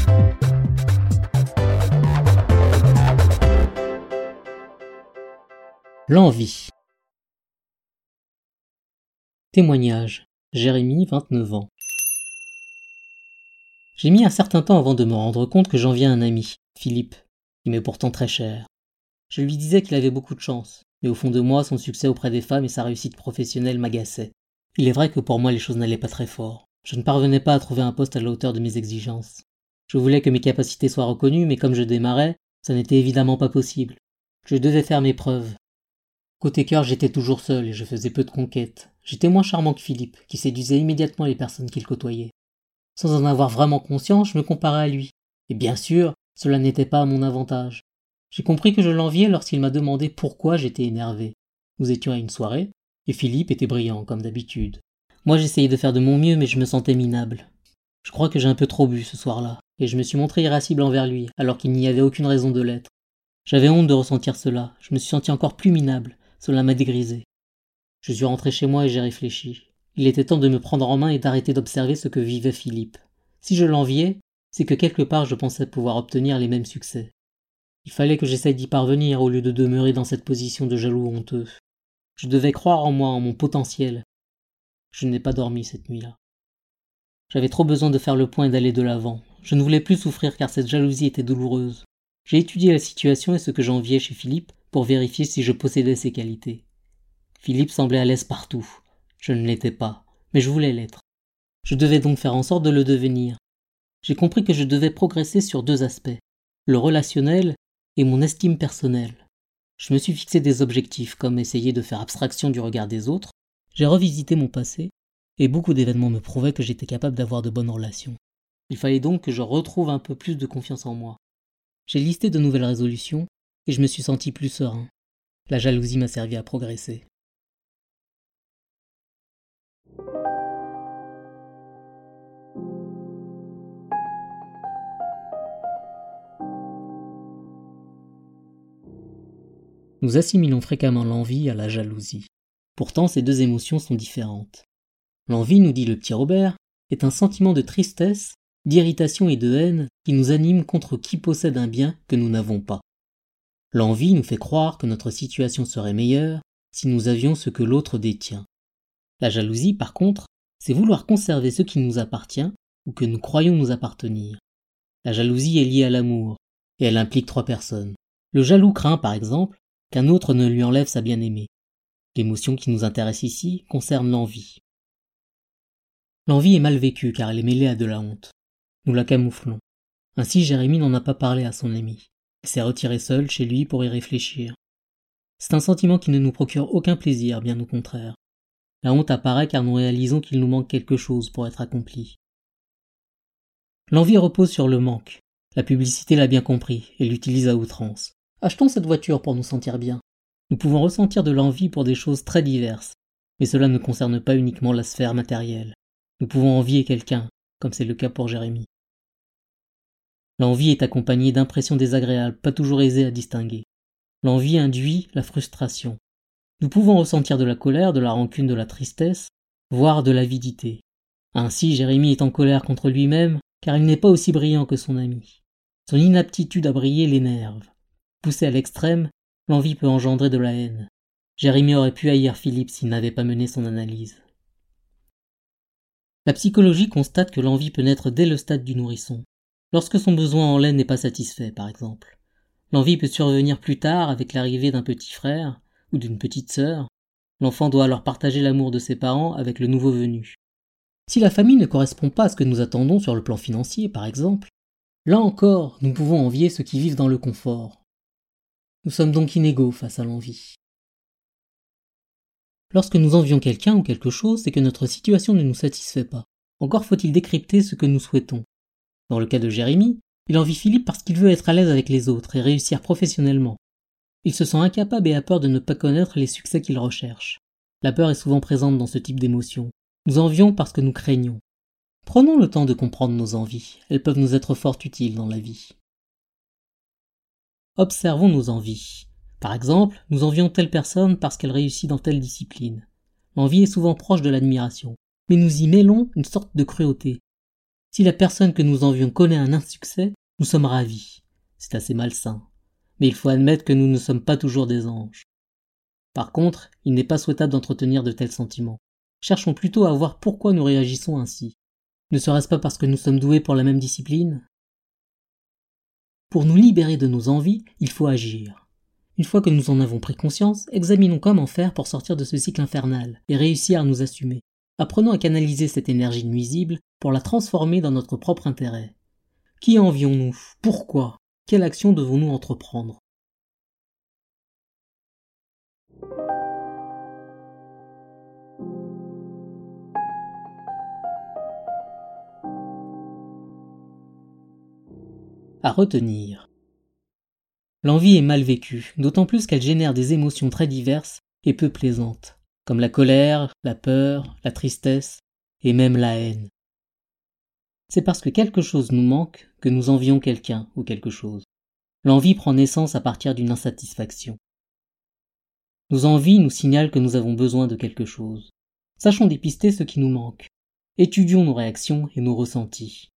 L'envie. Témoignage. Jérémy, 29 ans. J'ai mis un certain temps avant de me rendre compte que j'enviais un ami, Philippe, qui m'est pourtant très cher. Je lui disais qu'il avait beaucoup de chance, mais au fond de moi, son succès auprès des femmes et sa réussite professionnelle m'agaçaient. Il est vrai que pour moi, les choses n'allaient pas très fort. Je ne parvenais pas à trouver un poste à la hauteur de mes exigences. Je voulais que mes capacités soient reconnues, mais comme je démarrais, ça n'était évidemment pas possible. Je devais faire mes preuves. Côté cœur, j'étais toujours seul et je faisais peu de conquêtes. J'étais moins charmant que Philippe, qui séduisait immédiatement les personnes qu'il côtoyait. Sans en avoir vraiment conscience, je me comparais à lui. Et bien sûr, cela n'était pas à mon avantage. J'ai compris que je l'enviais lorsqu'il m'a demandé pourquoi j'étais énervé. Nous étions à une soirée, et Philippe était brillant, comme d'habitude. Moi, j'essayais de faire de mon mieux, mais je me sentais minable. Je crois que j'ai un peu trop bu ce soir-là, et je me suis montré irascible envers lui, alors qu'il n'y avait aucune raison de l'être. J'avais honte de ressentir cela, je me suis senti encore plus minable. Cela m'a dégrisé. Je suis rentré chez moi et j'ai réfléchi. Il était temps de me prendre en main et d'arrêter d'observer ce que vivait Philippe. Si je l'enviais, c'est que quelque part je pensais pouvoir obtenir les mêmes succès. Il fallait que j'essaye d'y parvenir au lieu de demeurer dans cette position de jaloux honteux. Je devais croire en moi, en mon potentiel. Je n'ai pas dormi cette nuit-là. J'avais trop besoin de faire le point et d'aller de l'avant. Je ne voulais plus souffrir car cette jalousie était douloureuse. J'ai étudié la situation et ce que j'enviais chez Philippe pour vérifier si je possédais ses qualités. Philippe semblait à l'aise partout. Je ne l'étais pas, mais je voulais l'être. Je devais donc faire en sorte de le devenir. J'ai compris que je devais progresser sur deux aspects, le relationnel et mon estime personnelle. Je me suis fixé des objectifs comme essayer de faire abstraction du regard des autres. J'ai revisité mon passé et beaucoup d'événements me prouvaient que j'étais capable d'avoir de bonnes relations. Il fallait donc que je retrouve un peu plus de confiance en moi. J'ai listé de nouvelles résolutions et je me suis senti plus serein. La jalousie m'a servi à progresser. Nous assimilons fréquemment l'envie à la jalousie. Pourtant, ces deux émotions sont différentes. L'envie, nous dit le petit Robert, est un sentiment de tristesse, d'irritation et de haine qui nous anime contre qui possède un bien que nous n'avons pas. L'envie nous fait croire que notre situation serait meilleure si nous avions ce que l'autre détient. La jalousie, par contre, c'est vouloir conserver ce qui nous appartient ou que nous croyons nous appartenir. La jalousie est liée à l'amour, et elle implique trois personnes. Le jaloux craint, par exemple, qu'un autre ne lui enlève sa bien-aimée. L'émotion qui nous intéresse ici concerne l'envie. L'envie est mal vécue car elle est mêlée à de la honte. Nous la camouflons. Ainsi Jérémy n'en a pas parlé à son ami. Il s'est retiré seul chez lui pour y réfléchir. C'est un sentiment qui ne nous procure aucun plaisir, bien au contraire. La honte apparaît car nous réalisons qu'il nous manque quelque chose pour être accompli. L'envie repose sur le manque. La publicité l'a bien compris et l'utilise à outrance. Achetons cette voiture pour nous sentir bien. Nous pouvons ressentir de l'envie pour des choses très diverses, mais cela ne concerne pas uniquement la sphère matérielle. Nous pouvons envier quelqu'un, comme c'est le cas pour Jérémy. L'envie est accompagnée d'impressions désagréables, pas toujours aisées à distinguer. L'envie induit la frustration. Nous pouvons ressentir de la colère, de la rancune, de la tristesse, voire de l'avidité. Ainsi, Jérémy est en colère contre lui-même, car il n'est pas aussi brillant que son ami. Son inaptitude à briller l'énerve. Poussé à l'extrême, l'envie peut engendrer de la haine. Jérémy aurait pu haïr Philippe s'il n'avait pas mené son analyse. La psychologie constate que l'envie peut naître dès le stade du nourrisson. Lorsque son besoin en lait n'est pas satisfait, par exemple. L'envie peut survenir plus tard avec l'arrivée d'un petit frère ou d'une petite sœur. L'enfant doit alors partager l'amour de ses parents avec le nouveau venu. Si la famille ne correspond pas à ce que nous attendons sur le plan financier, par exemple, là encore, nous pouvons envier ceux qui vivent dans le confort. Nous sommes donc inégaux face à l'envie. Lorsque nous envions quelqu'un ou quelque chose, c'est que notre situation ne nous satisfait pas. Encore faut-il décrypter ce que nous souhaitons. Dans le cas de Jérémy, il envie Philippe parce qu'il veut être à l'aise avec les autres et réussir professionnellement. Il se sent incapable et a peur de ne pas connaître les succès qu'il recherche. La peur est souvent présente dans ce type d'émotion. Nous envions parce que nous craignons. Prenons le temps de comprendre nos envies. Elles peuvent nous être fort utiles dans la vie. Observons nos envies. Par exemple, nous envions telle personne parce qu'elle réussit dans telle discipline. L'envie est souvent proche de l'admiration, mais nous y mêlons une sorte de cruauté. Si la personne que nous envions connaît un insuccès, nous sommes ravis. C'est assez malsain. Mais il faut admettre que nous ne sommes pas toujours des anges. Par contre, il n'est pas souhaitable d'entretenir de tels sentiments. Cherchons plutôt à voir pourquoi nous réagissons ainsi. Ne serait-ce pas parce que nous sommes doués pour la même discipline ? Pour nous libérer de nos envies, il faut agir. Une fois que nous en avons pris conscience, examinons comment faire pour sortir de ce cycle infernal et réussir à nous assumer. Apprenons à canaliser cette énergie nuisible pour la transformer dans notre propre intérêt. Qui envions-nous ? Pourquoi ? Quelle action devons-nous entreprendre ? À retenir. L'envie est mal vécue, d'autant plus qu'elle génère des émotions très diverses et peu plaisantes, comme la colère, la peur, la tristesse et même la haine. C'est parce que quelque chose nous manque que nous envions quelqu'un ou quelque chose. L'envie prend naissance à partir d'une insatisfaction. Nos envies nous signalent que nous avons besoin de quelque chose. Sachons dépister ce qui nous manque. Étudions nos réactions et nos ressentis.